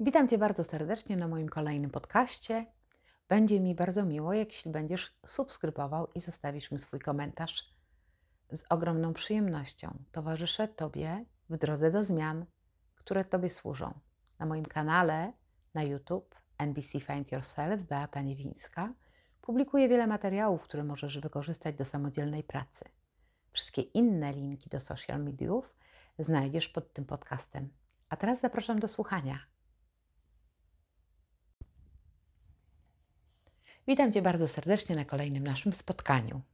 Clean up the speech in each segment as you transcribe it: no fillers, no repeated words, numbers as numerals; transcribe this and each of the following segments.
Witam Cię bardzo serdecznie na moim kolejnym podcaście. Będzie mi bardzo miło, jeśli będziesz subskrybował i zostawisz mi swój komentarz. Z ogromną przyjemnością towarzyszę Tobie w drodze do zmian, które Tobie służą. Na moim kanale na YouTube NBC Find Yourself Beata Niewińska publikuję wiele materiałów, które możesz wykorzystać do samodzielnej pracy. Wszystkie inne linki do social mediów znajdziesz pod tym podcastem. A teraz zapraszam do słuchania. Witam Cię bardzo serdecznie na kolejnym naszym spotkaniu.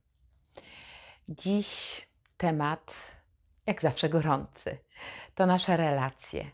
Dziś temat, jak zawsze, gorący. To nasze relacje.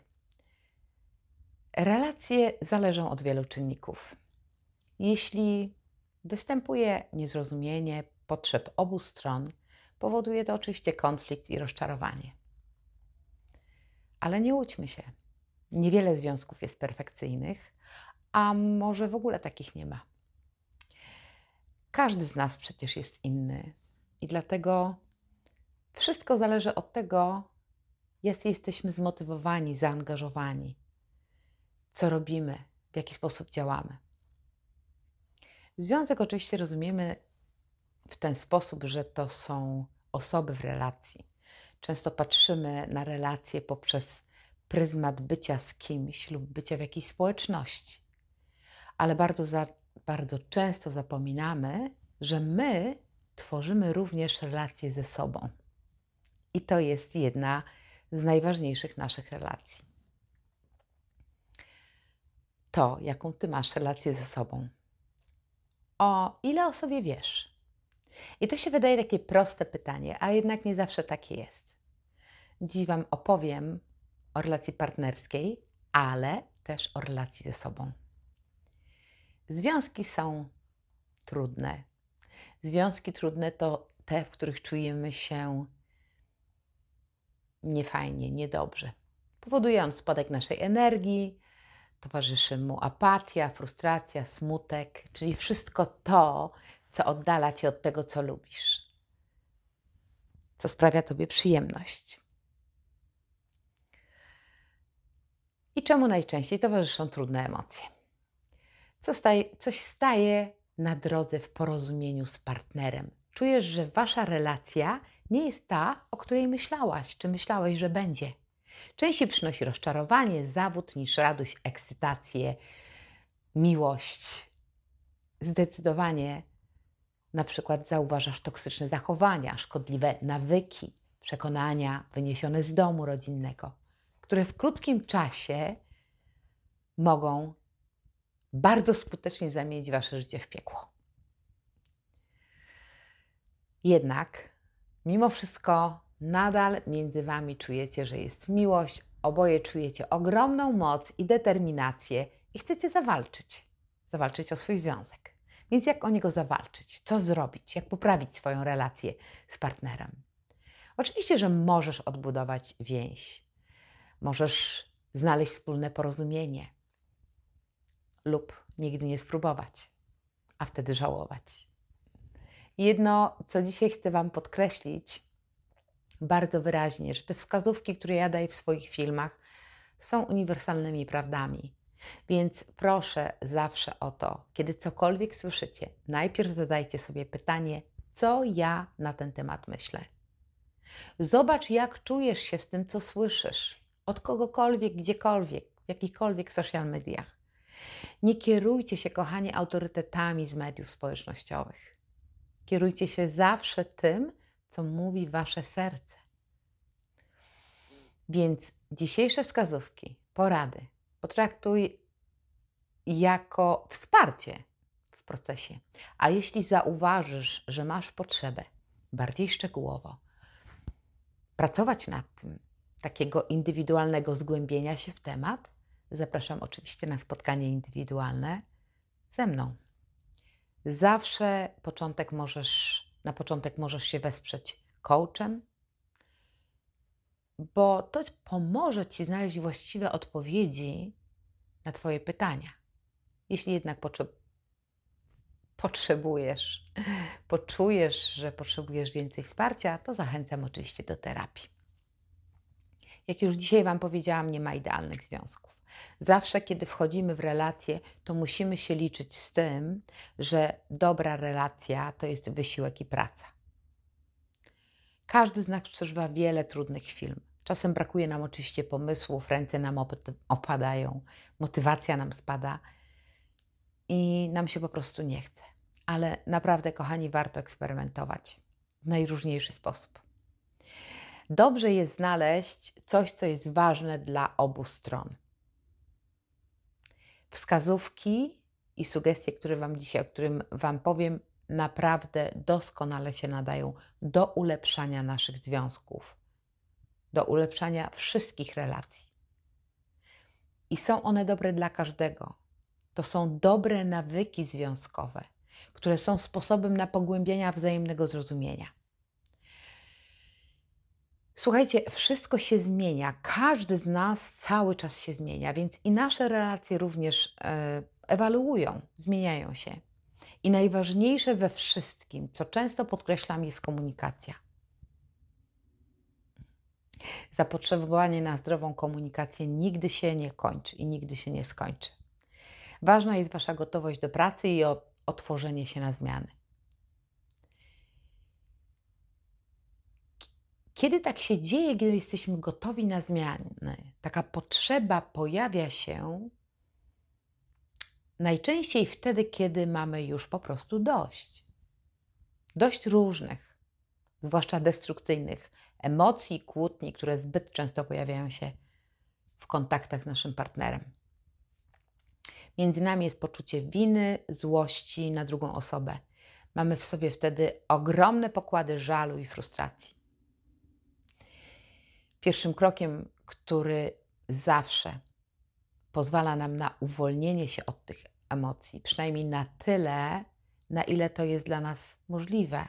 Relacje zależą od wielu czynników. Jeśli występuje niezrozumienie potrzeb obu stron, powoduje to oczywiście konflikt i rozczarowanie. Ale nie łudźmy się. Niewiele związków jest perfekcyjnych, a może w ogóle takich nie ma. Każdy z nas przecież jest inny i dlatego wszystko zależy od tego, jak jesteśmy zmotywowani, zaangażowani, co robimy, w jaki sposób działamy. Związek oczywiście rozumiemy w ten sposób, że to są osoby w relacji. Często patrzymy na relacje poprzez pryzmat bycia z kimś lub bycia w jakiejś społeczności, ale bardzo często zapominamy, że my tworzymy również relacje ze sobą. I to jest jedna z najważniejszych naszych relacji. To, jaką Ty masz relację ze sobą. O ile o sobie wiesz? I to się wydaje takie proste pytanie, a jednak nie zawsze takie jest. Dziś Wam opowiem o relacji partnerskiej, ale też o relacji ze sobą. Związki są trudne. Związki trudne to te, w których czujemy się niefajnie, niedobrze. Powoduje on spadek naszej energii, towarzyszy mu apatia, frustracja, smutek, czyli wszystko to, co oddala Cię od tego, co lubisz, co sprawia Tobie przyjemność. I czemu najczęściej towarzyszą trudne emocje? Coś staje na drodze w porozumieniu z partnerem. Czujesz, że Wasza relacja nie jest ta, o której myślałaś, czy myślałeś, że będzie. Częściej przynosi rozczarowanie, zawód niż radość, ekscytację, miłość. Zdecydowanie na przykład zauważasz toksyczne zachowania, szkodliwe nawyki, przekonania wyniesione z domu rodzinnego, które w krótkim czasie mogą bardzo skutecznie zamienić Wasze życie w piekło. Jednak mimo wszystko nadal między Wami czujecie, że jest miłość, oboje czujecie ogromną moc i determinację i chcecie zawalczyć o swój związek. Więc jak o niego zawalczyć? Co zrobić? Jak poprawić swoją relację z partnerem? Oczywiście, że możesz odbudować więź. Możesz znaleźć wspólne porozumienie lub nigdy nie spróbować, a wtedy żałować. Jedno, co dzisiaj chcę Wam podkreślić bardzo wyraźnie, że te wskazówki, które ja daję w swoich filmach, są uniwersalnymi prawdami. Więc proszę zawsze o to, kiedy cokolwiek słyszycie, najpierw zadajcie sobie pytanie, co ja na ten temat myślę. Zobacz, jak czujesz się z tym, co słyszysz, od kogokolwiek, gdziekolwiek, w jakichkolwiek social mediach. Nie kierujcie się, kochani, autorytetami z mediów społecznościowych. Kierujcie się zawsze tym, co mówi Wasze serce. Więc dzisiejsze wskazówki, porady potraktuj jako wsparcie w procesie. A jeśli zauważysz, że masz potrzebę bardziej szczegółowo pracować nad tym, takiego indywidualnego zgłębienia się w temat, zapraszam oczywiście na spotkanie indywidualne ze mną. Zawsze na początek możesz się wesprzeć coachem, bo to pomoże Ci znaleźć właściwe odpowiedzi na Twoje pytania. Jeśli jednak poczujesz, że potrzebujesz więcej wsparcia, to zachęcam oczywiście do terapii. Jak już dzisiaj Wam powiedziałam, nie ma idealnych związków. Zawsze, kiedy wchodzimy w relacje, to musimy się liczyć z tym, że dobra relacja to jest wysiłek i praca. Każdy z nas przeżywa wiele trudnych chwil. Czasem brakuje nam oczywiście pomysłów, ręce nam opadają, motywacja nam spada i nam się po prostu nie chce. Ale naprawdę, kochani, warto eksperymentować w najróżniejszy sposób. Dobrze jest znaleźć coś, co jest ważne dla obu stron. Wskazówki i sugestie, o którym Wam powiem, naprawdę doskonale się nadają do ulepszania naszych związków, do ulepszania wszystkich relacji. I są one dobre dla każdego. To są dobre nawyki związkowe, które są sposobem na pogłębianie wzajemnego zrozumienia. Słuchajcie, wszystko się zmienia. Każdy z nas cały czas się zmienia, więc i nasze relacje również ewoluują, zmieniają się. I najważniejsze we wszystkim, co często podkreślam, jest komunikacja. Zapotrzebowanie na zdrową komunikację nigdy się nie kończy i nigdy się nie skończy. Ważna jest Wasza gotowość do pracy i otworzenie się na zmiany. Kiedy tak się dzieje, kiedy jesteśmy gotowi na zmiany, taka potrzeba pojawia się najczęściej wtedy, kiedy mamy już po prostu dość. Dość różnych, zwłaszcza destrukcyjnych emocji, kłótni, które zbyt często pojawiają się w kontaktach z naszym partnerem. Między nami jest poczucie winy, złości na drugą osobę. Mamy w sobie wtedy ogromne pokłady żalu i frustracji. Pierwszym krokiem, który zawsze pozwala nam na uwolnienie się od tych emocji, przynajmniej na tyle, na ile to jest dla nas możliwe,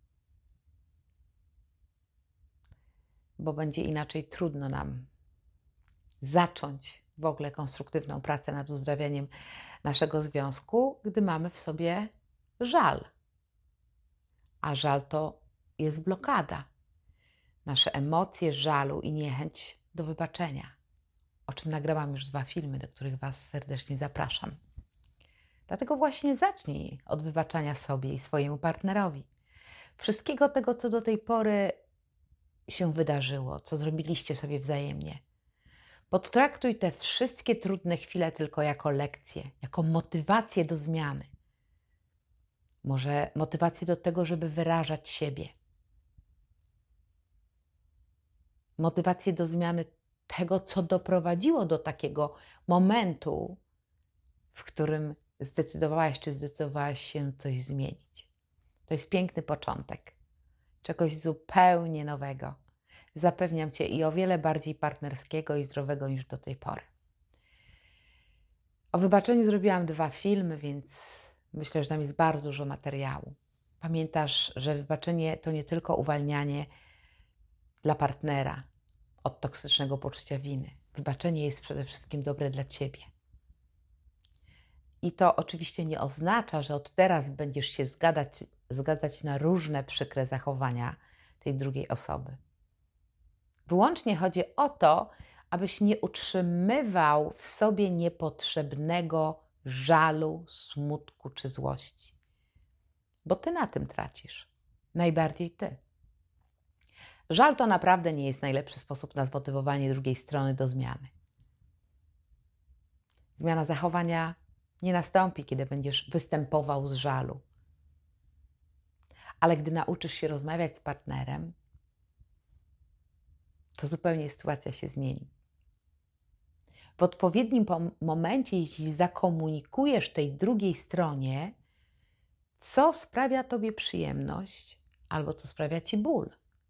bo będzie inaczej trudno nam zacząć w ogóle konstruktywną pracę nad uzdrawianiem naszego związku, gdy mamy w sobie żal. A żal to jest blokada. Nasze emocje żalu i niechęć do wybaczenia, o czym nagrałam już 2 filmy, do których Was serdecznie zapraszam. Dlatego właśnie zacznij od wybaczania sobie i swojemu partnerowi. Wszystkiego tego, co do tej pory się wydarzyło, co zrobiliście sobie wzajemnie. Potraktuj te wszystkie trudne chwile tylko jako lekcje, jako motywację do zmiany. Może motywację do tego, żeby wyrażać siebie. Motywację do zmiany tego, co doprowadziło do takiego momentu, w którym zdecydowałaś czy zdecydowałaś się coś zmienić. To jest piękny początek czegoś zupełnie nowego. Zapewniam Cię, i o wiele bardziej partnerskiego i zdrowego niż do tej pory. O wybaczeniu zrobiłam 2 filmy, więc myślę, że tam jest bardzo dużo materiału. Pamiętasz, że wybaczenie to nie tylko uwalnianie dla partnera od toksycznego poczucia winy. Wybaczenie jest przede wszystkim dobre dla Ciebie. I to oczywiście nie oznacza, że od teraz będziesz się zgadzać na różne przykre zachowania tej drugiej osoby. Wyłącznie chodzi o to, abyś nie utrzymywał w sobie niepotrzebnego żalu, smutku czy złości. Bo Ty na tym tracisz. Najbardziej Ty. Żal to naprawdę nie jest najlepszy sposób na zmotywowanie drugiej strony do zmiany. Zmiana zachowania nie nastąpi, kiedy będziesz występował z żalu. Ale gdy nauczysz się rozmawiać z partnerem, to zupełnie sytuacja się zmieni. W odpowiednim momencie, jeśli zakomunikujesz tej drugiej stronie, co sprawia Tobie przyjemność albo co sprawia Ci ból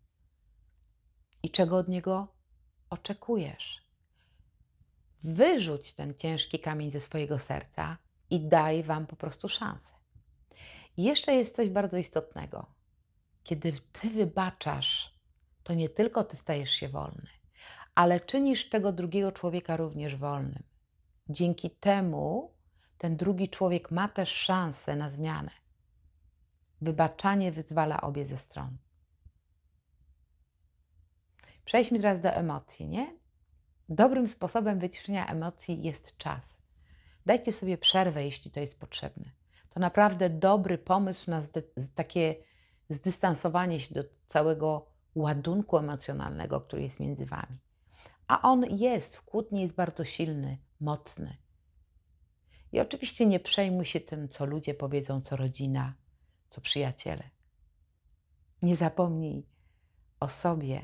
i czego od niego oczekujesz. Wyrzuć ten ciężki kamień ze swojego serca i daj Wam po prostu szansę. I jeszcze jest coś bardzo istotnego. Kiedy Ty wybaczasz, to nie tylko Ty stajesz się wolny, ale czynisz tego drugiego człowieka również wolnym. Dzięki temu ten drugi człowiek ma też szansę na zmianę. Wybaczanie wyzwala obie ze stron. Przejdźmy teraz do emocji, nie? Dobrym sposobem wyciszenia emocji jest czas. Dajcie sobie przerwę, jeśli to jest potrzebne. To naprawdę dobry pomysł na takie zdystansowanie się do całego ładunku emocjonalnego, który jest między Wami. A on jest, w kłótni jest bardzo silny, mocny. I oczywiście nie przejmuj się tym, co ludzie powiedzą, co rodzina, co przyjaciele. Nie zapomnij o sobie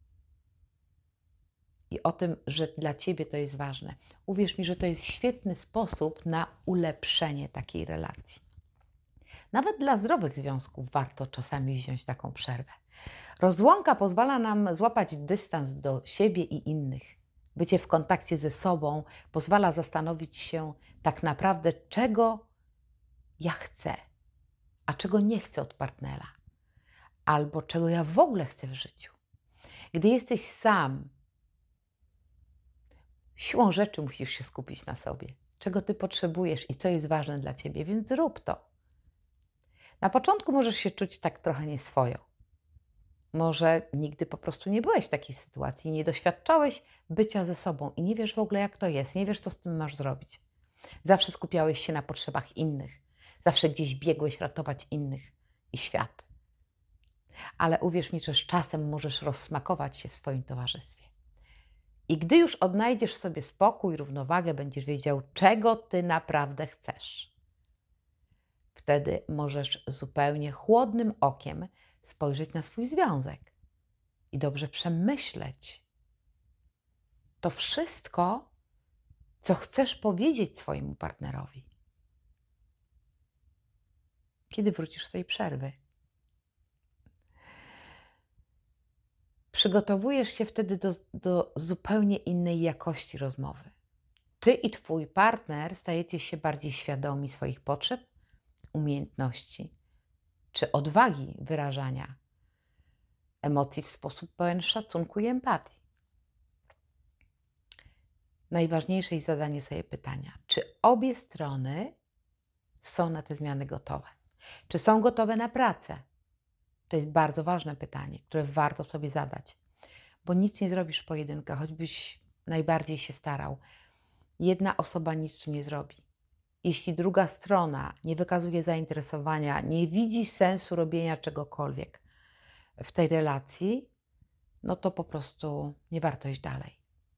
i o tym, że dla Ciebie to jest ważne. Uwierz mi, że to jest świetny sposób na ulepszenie takiej relacji. Nawet dla zdrowych związków warto czasami wziąć taką przerwę. Rozłąka pozwala nam złapać dystans do siebie i innych. Bycie w kontakcie ze sobą pozwala zastanowić się tak naprawdę, czego ja chcę, a czego nie chcę od partnera, albo czego ja w ogóle chcę w życiu. Gdy jesteś sam, siłą rzeczy musisz się skupić na sobie, czego Ty potrzebujesz i co jest ważne dla Ciebie, więc zrób to. Na początku możesz się czuć tak trochę nieswojo. Może nigdy po prostu nie byłeś w takiej sytuacji, nie doświadczałeś bycia ze sobą i nie wiesz w ogóle, jak to jest, nie wiesz, co z tym masz zrobić. Zawsze skupiałeś się na potrzebach innych, zawsze gdzieś biegłeś ratować innych i świat. Ale uwierz mi, że z czasem możesz rozsmakować się w swoim towarzystwie. I gdy już odnajdziesz w sobie spokój, równowagę, będziesz wiedział, czego Ty naprawdę chcesz. Wtedy możesz zupełnie chłodnym okiem spojrzeć na swój związek i dobrze przemyśleć to wszystko, co chcesz powiedzieć swojemu partnerowi. Kiedy wrócisz z tej przerwy? Przygotowujesz się wtedy do zupełnie innej jakości rozmowy. Ty i Twój partner stajecie się bardziej świadomi swoich potrzeb, umiejętności czy odwagi wyrażania emocji w sposób pełen szacunku i empatii. Najważniejsze jest zadanie sobie pytania, czy obie strony są na te zmiany gotowe? Czy są gotowe na pracę? To jest bardzo ważne pytanie, które warto sobie zadać, bo nic nie zrobisz w pojedynkę, choćbyś najbardziej się starał. Jedna osoba nic tu nie zrobi. Jeśli druga strona nie wykazuje zainteresowania, nie widzi sensu robienia czegokolwiek w tej relacji, no to po prostu nie warto iść dalej.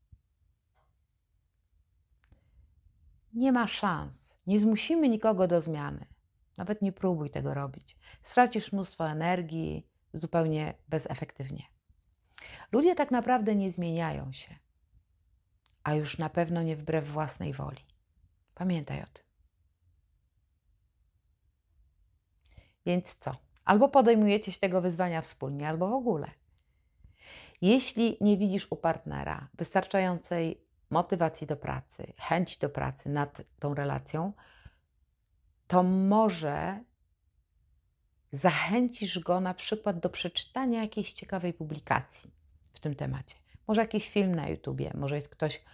Nie ma szans. Nie zmusimy nikogo do zmiany. Nawet nie próbuj tego robić. Stracisz mnóstwo energii zupełnie bezefektywnie. Ludzie tak naprawdę nie zmieniają się, a już na pewno nie wbrew własnej woli. Pamiętaj o tym. Więc co? Albo podejmujecie się tego wyzwania wspólnie, albo w ogóle. Jeśli nie widzisz u partnera wystarczającej motywacji do pracy, chęci do pracy nad tą relacją, to może zachęcisz go na przykład do przeczytania jakiejś ciekawej publikacji w tym temacie. Może jakiś film na YouTubie, może jest ktoś,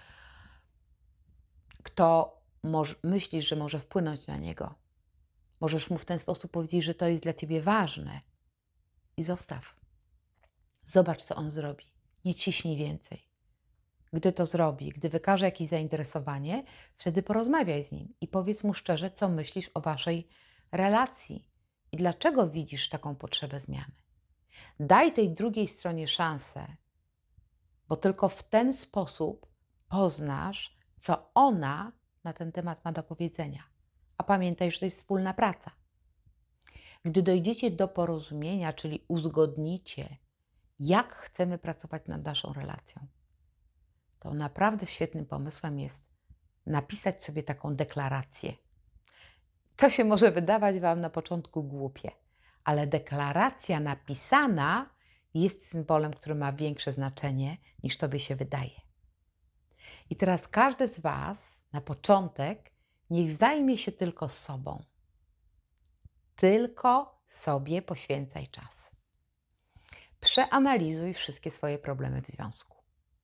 kto myślisz, że może wpłynąć na niego. Możesz mu w ten sposób powiedzieć, że to jest dla Ciebie ważne i zostaw. Zobacz, co on zrobi. Nie ciśnij więcej. Gdy to zrobi, gdy wykaże jakieś zainteresowanie, wtedy porozmawiaj z nim i powiedz mu szczerze, co myślisz o Waszej relacji i dlaczego widzisz taką potrzebę zmiany. Daj tej drugiej stronie szansę, bo tylko w ten sposób poznasz, co ona na ten temat ma do powiedzenia. A pamiętaj, że to jest wspólna praca. Gdy dojdziecie do porozumienia, czyli uzgodnicie, jak chcemy pracować nad naszą relacją, to naprawdę świetnym pomysłem jest napisać sobie taką deklarację. To się może wydawać Wam na początku głupie, ale deklaracja napisana jest symbolem, który ma większe znaczenie niż Tobie się wydaje. I teraz każdy z Was na początek niech zajmie się tylko sobą. Tylko sobie poświęcaj czas. Przeanalizuj wszystkie swoje problemy w związku.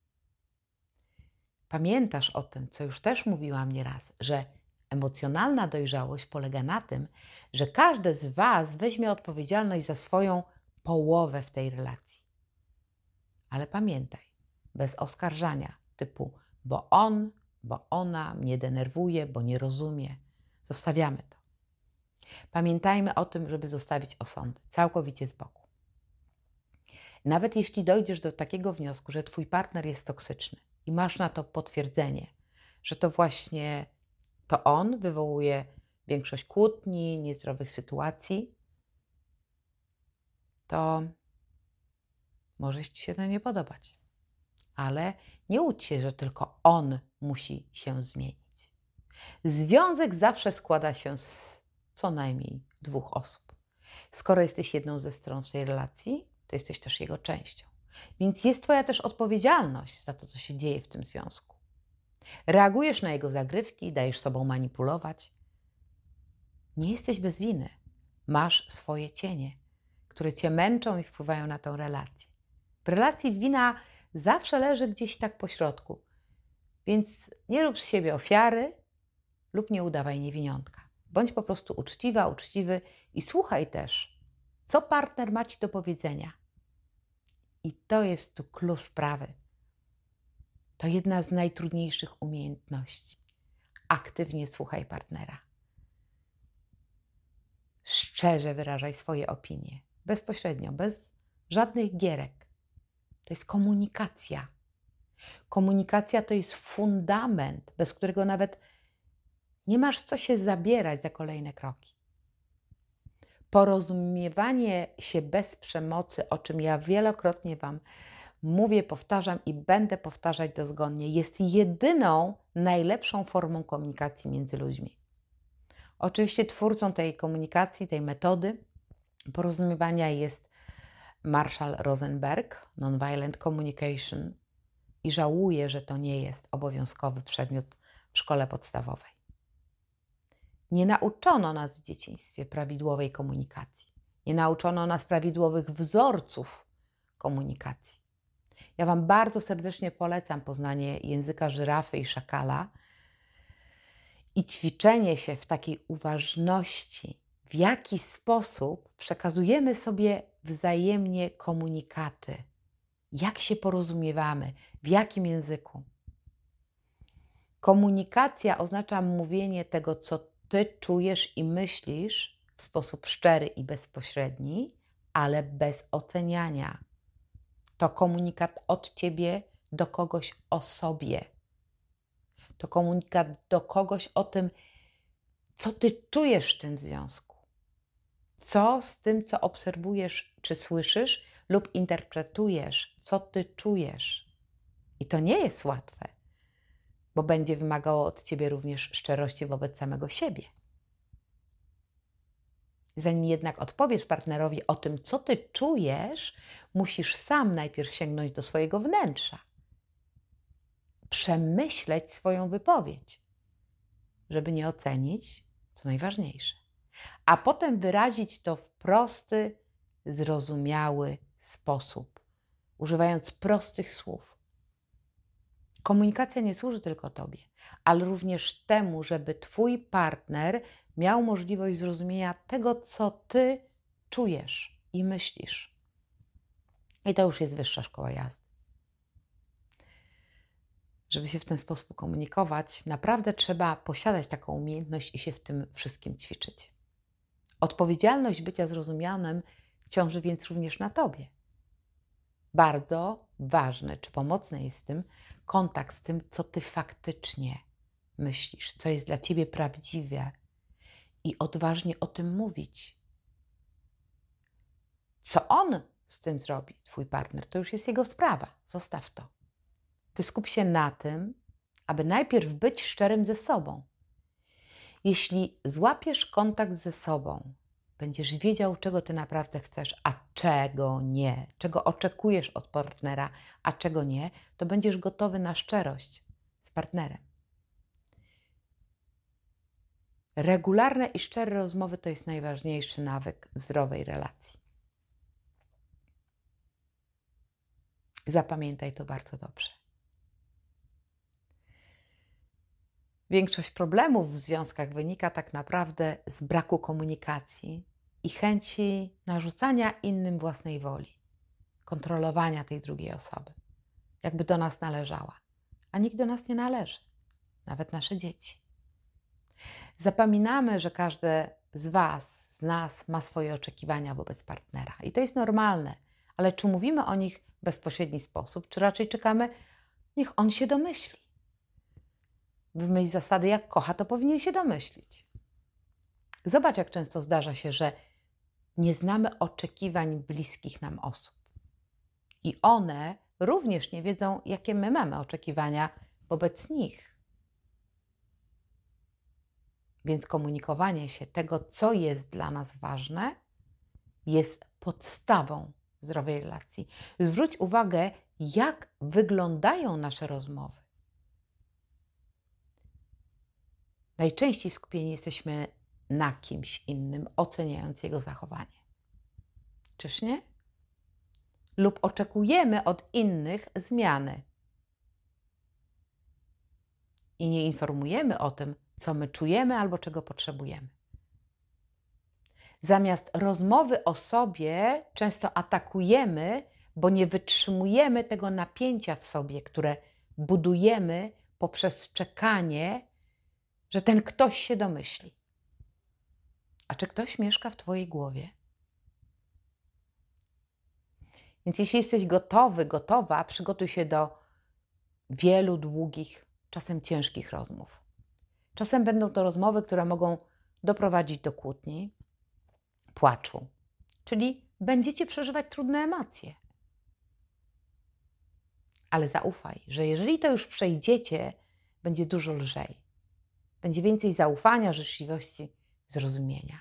Pamiętasz o tym, co już też mówiłam nieraz, że emocjonalna dojrzałość polega na tym, że każdy z Was weźmie odpowiedzialność za swoją połowę w tej relacji. Ale pamiętaj, bez oskarżania typu, bo on, bo ona mnie denerwuje, bo nie rozumie. Zostawiamy to. Pamiętajmy o tym, żeby zostawić osądy całkowicie z boku. Nawet jeśli dojdziesz do takiego wniosku, że twój partner jest toksyczny i masz na to potwierdzenie, że to właśnie to on wywołuje większość kłótni, niezdrowych sytuacji, to może ci się to nie podobać. Ale nie łudź się, że tylko on musi się zmienić. Związek zawsze składa się z co najmniej 2 osób. Skoro jesteś jedną ze stron w tej relacji, to jesteś też jego częścią. Więc jest twoja też odpowiedzialność za to, co się dzieje w tym związku. Reagujesz na jego zagrywki, dajesz sobą manipulować. Nie jesteś bez winy. Masz swoje cienie, które cię męczą i wpływają na tę relację. W relacji wina zawsze leży gdzieś tak po środku. Więc nie rób z siebie ofiary lub nie udawaj niewiniątka. Bądź po prostu uczciwa, uczciwy i słuchaj też, co partner ma ci do powiedzenia. I to jest tu klucz sprawy. To jedna z najtrudniejszych umiejętności. Aktywnie słuchaj partnera. Szczerze wyrażaj swoje opinie. Bezpośrednio, bez żadnych gierek. To jest komunikacja. Komunikacja to jest fundament, bez którego nawet nie masz co się zabierać za kolejne kroki. Porozumiewanie się bez przemocy, o czym ja wielokrotnie Wam mówię, powtarzam i będę powtarzać dozgonnie, jest jedyną, najlepszą formą komunikacji między ludźmi. Oczywiście twórcą tej komunikacji, tej metody porozumiewania jest Marshall Rosenberg, Nonviolent Communication, i żałuję, że to nie jest obowiązkowy przedmiot w szkole podstawowej. Nie nauczono nas w dzieciństwie prawidłowej komunikacji. Nie nauczono nas prawidłowych wzorców komunikacji. Ja Wam bardzo serdecznie polecam poznanie języka żyrafy i szakala i ćwiczenie się w takiej uważności, w jaki sposób przekazujemy sobie wzajemnie komunikaty, jak się porozumiewamy, w jakim języku. Komunikacja oznacza mówienie tego, co Ty czujesz i myślisz w sposób szczery i bezpośredni, ale bez oceniania. To komunikat od Ciebie do kogoś o sobie. To komunikat do kogoś o tym, co Ty czujesz w tym związku. Co z tym, co obserwujesz, czy słyszysz lub interpretujesz, co Ty czujesz. I to nie jest łatwe, bo będzie wymagało od Ciebie również szczerości wobec samego siebie. Zanim jednak odpowiesz partnerowi o tym, co Ty czujesz, musisz sam najpierw sięgnąć do swojego wnętrza. Przemyśleć swoją wypowiedź, żeby nie ocenić, co najważniejsze. A potem wyrazić to w prosty, zrozumiały sposób, używając prostych słów. Komunikacja nie służy tylko Tobie, ale również temu, żeby Twój partner miał możliwość zrozumienia tego, co Ty czujesz i myślisz. I to już jest wyższa szkoła jazdy. Żeby się w ten sposób komunikować, naprawdę trzeba posiadać taką umiejętność i się w tym wszystkim ćwiczyć. Odpowiedzialność bycia zrozumianym ciąży więc również na Tobie. Bardzo ważny czy pomocny jest w tym kontakt z tym, co Ty faktycznie myślisz, co jest dla Ciebie prawdziwe i odważnie o tym mówić. Co on z tym zrobi, Twój partner, to już jest jego sprawa. Zostaw to. Ty skup się na tym, aby najpierw być szczerym ze sobą. Jeśli złapiesz kontakt ze sobą, będziesz wiedział, czego Ty naprawdę chcesz, a czego nie, czego oczekujesz od partnera, a czego nie, to będziesz gotowy na szczerość z partnerem. Regularne i szczere rozmowy to jest najważniejszy nawyk zdrowej relacji. Zapamiętaj to bardzo dobrze. Większość problemów w związkach wynika tak naprawdę z braku komunikacji i chęci narzucania innym własnej woli. kontrolowania tej drugiej osoby, jakby do nas należała. A nikt do nas nie należy, nawet nasze dzieci. Zapominamy, że każdy z Was, z nas ma swoje oczekiwania wobec partnera i to jest normalne, ale czy mówimy o nich w bezpośredni sposób, czy raczej czekamy, niech on się domyśli. W myśl zasady, jak kocha, to powinien się domyślić. Zobacz, jak często zdarza się, że nie znamy oczekiwań bliskich nam osób. I one również nie wiedzą, jakie my mamy oczekiwania wobec nich. Więc komunikowanie się tego, co jest dla nas ważne, jest podstawą zdrowej relacji. Zwróć uwagę, jak wyglądają nasze rozmowy. Najczęściej skupieni jesteśmy na kimś innym, oceniając jego zachowanie. Czyż nie? Lub oczekujemy od innych zmiany. I nie informujemy o tym, co my czujemy albo czego potrzebujemy. Zamiast rozmowy o sobie często atakujemy, bo nie wytrzymujemy tego napięcia w sobie, które budujemy poprzez czekanie, że ten ktoś się domyśli. A czy ktoś mieszka w Twojej głowie? Więc jeśli jesteś gotowy, gotowa, przygotuj się do wielu długich, czasem ciężkich rozmów. Czasem będą to rozmowy, które mogą doprowadzić do kłótni, płaczu, czyli będziecie przeżywać trudne emocje. Ale zaufaj, że jeżeli to już przejdziecie, będzie dużo lżej. Będzie więcej zaufania, życzliwości, zrozumienia.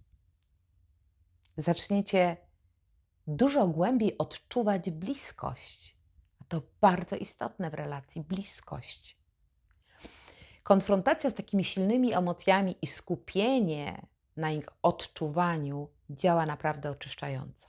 Zaczniecie dużo głębiej odczuwać bliskość. A to bardzo istotne w relacji, bliskość. Konfrontacja z takimi silnymi emocjami i skupienie na ich odczuwaniu działa naprawdę oczyszczająco.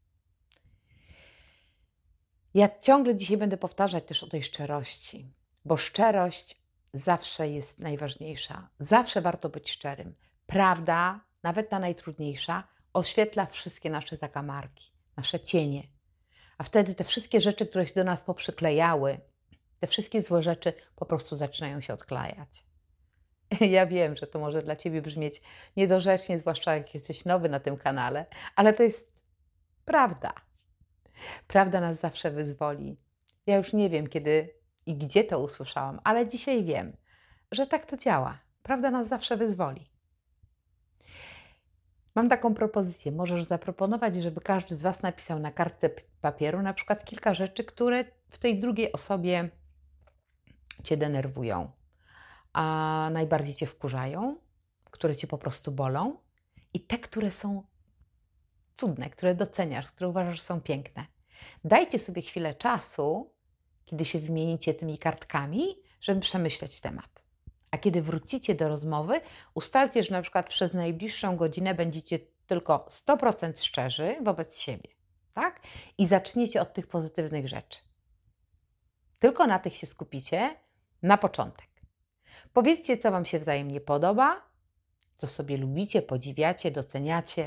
Ja ciągle dzisiaj będę powtarzać też o tej szczerości, bo szczerość zawsze jest najważniejsza. Zawsze warto być szczerym. Prawda, nawet ta najtrudniejsza, oświetla wszystkie nasze zakamarki, nasze cienie. A wtedy te wszystkie rzeczy, które się do nas poprzyklejały, te wszystkie złe rzeczy po prostu zaczynają się odklejać. Ja wiem, że to może dla Ciebie brzmieć niedorzecznie, zwłaszcza jak jesteś nowy na tym kanale, ale to jest prawda. Prawda nas zawsze wyzwoli. Ja już nie wiem, kiedy i gdzie to usłyszałam, ale dzisiaj wiem, że tak to działa. Prawda nas zawsze wyzwoli. Mam taką propozycję. Możesz zaproponować, żeby każdy z Was napisał na kartce papieru na przykład kilka rzeczy, które w tej drugiej osobie Cię denerwują, a najbardziej Cię wkurzają, które Cię po prostu bolą i te, które są cudne, które doceniasz, które uważasz, że są piękne. Dajcie sobie chwilę czasu, kiedy się wymienicie tymi kartkami, żeby przemyśleć temat. A kiedy wrócicie do rozmowy, ustalcie, że na przykład przez najbliższą godzinę będziecie tylko 100% szczerzy wobec siebie, tak? I zaczniecie od tych pozytywnych rzeczy. Tylko na tych się skupicie na początek. Powiedzcie, co Wam się wzajemnie podoba, co w sobie lubicie, podziwiacie, doceniacie.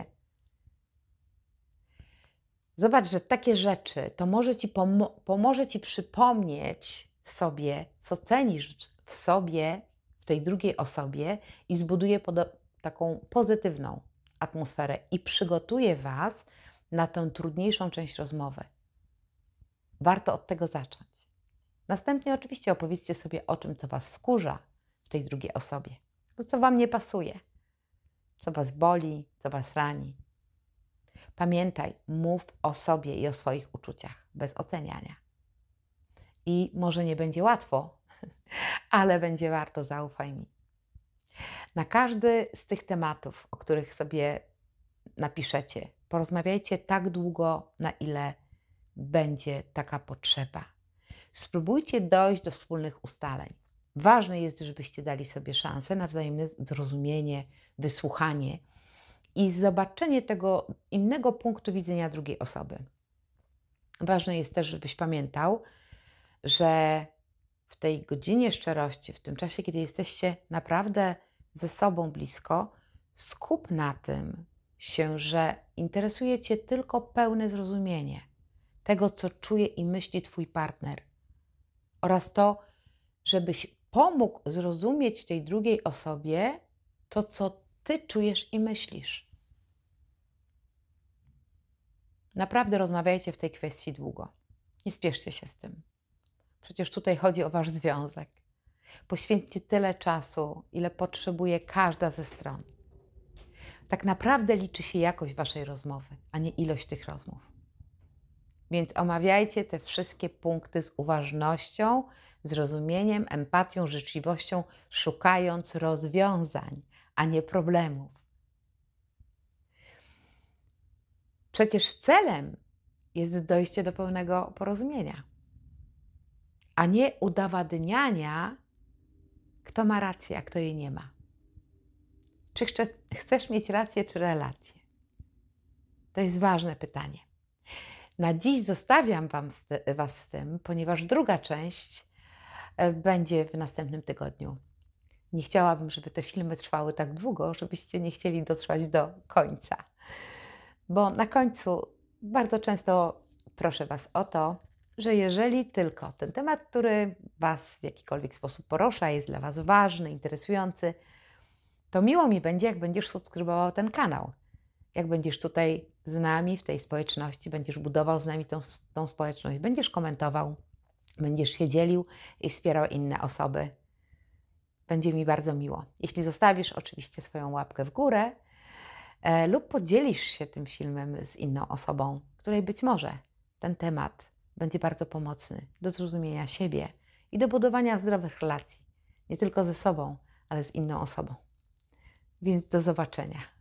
Zobacz, że takie rzeczy to pomoże Ci przypomnieć sobie, co cenisz w sobie, w tej drugiej osobie i zbuduje taką pozytywną atmosferę i przygotuje Was na tę trudniejszą część rozmowy. Warto od tego zacząć. Następnie oczywiście opowiedzcie sobie o tym, co Was wkurza w tej drugiej osobie lub co Wam nie pasuje, co Was boli, co Was rani. Pamiętaj, mów o sobie i o swoich uczuciach bez oceniania. I może nie będzie łatwo, ale będzie warto, zaufaj mi. Na każdy z tych tematów, o których sobie napiszecie, porozmawiajcie tak długo, na ile będzie taka potrzeba. Spróbujcie dojść do wspólnych ustaleń. Ważne jest, żebyście dali sobie szansę na wzajemne zrozumienie, wysłuchanie i zobaczenie tego innego punktu widzenia drugiej osoby. Ważne jest też, żebyś pamiętał, że w tej godzinie szczerości, w tym czasie, kiedy jesteście naprawdę ze sobą blisko, skup na tym się, że interesuje Cię tylko pełne zrozumienie. tego, co czuje i myśli Twój partner, oraz to, żebyś pomógł zrozumieć tej drugiej osobie to, co Ty czujesz i myślisz. Naprawdę rozmawiajcie w tej kwestii długo. Nie spieszcie się z tym. Przecież tutaj chodzi o Wasz związek. Poświęćcie tyle czasu, ile potrzebuje każda ze stron. Tak naprawdę liczy się jakość Waszej rozmowy, a nie ilość tych rozmów. Więc omawiajcie te wszystkie punkty z uważnością, zrozumieniem, empatią, życzliwością, szukając rozwiązań, a nie problemów. Przecież celem jest dojście do pełnego porozumienia, a nie udowadniania, kto ma rację, a kto jej nie ma. Czy chcesz mieć rację, czy relację? To jest ważne pytanie. Na dziś zostawiam Was z tym, ponieważ druga część będzie w następnym tygodniu. Nie chciałabym, żeby te filmy trwały tak długo, żebyście nie chcieli dotrwać do końca. Bo na końcu bardzo często proszę Was o to, że jeżeli tylko ten temat, który Was w jakikolwiek sposób porusza, jest dla Was ważny, interesujący, to miło mi będzie, jak będziesz subskrybował ten kanał. Jak będziesz tutaj z nami w tej społeczności, będziesz budował z nami tą społeczność, będziesz komentował, będziesz się dzielił i wspierał inne osoby. Będzie mi bardzo miło. Jeśli zostawisz oczywiście swoją łapkę w górę lub podzielisz się tym filmem z inną osobą, której być może ten temat będzie bardzo pomocny do zrozumienia siebie i do budowania zdrowych relacji. Nie tylko ze sobą, ale z inną osobą. Więc do zobaczenia.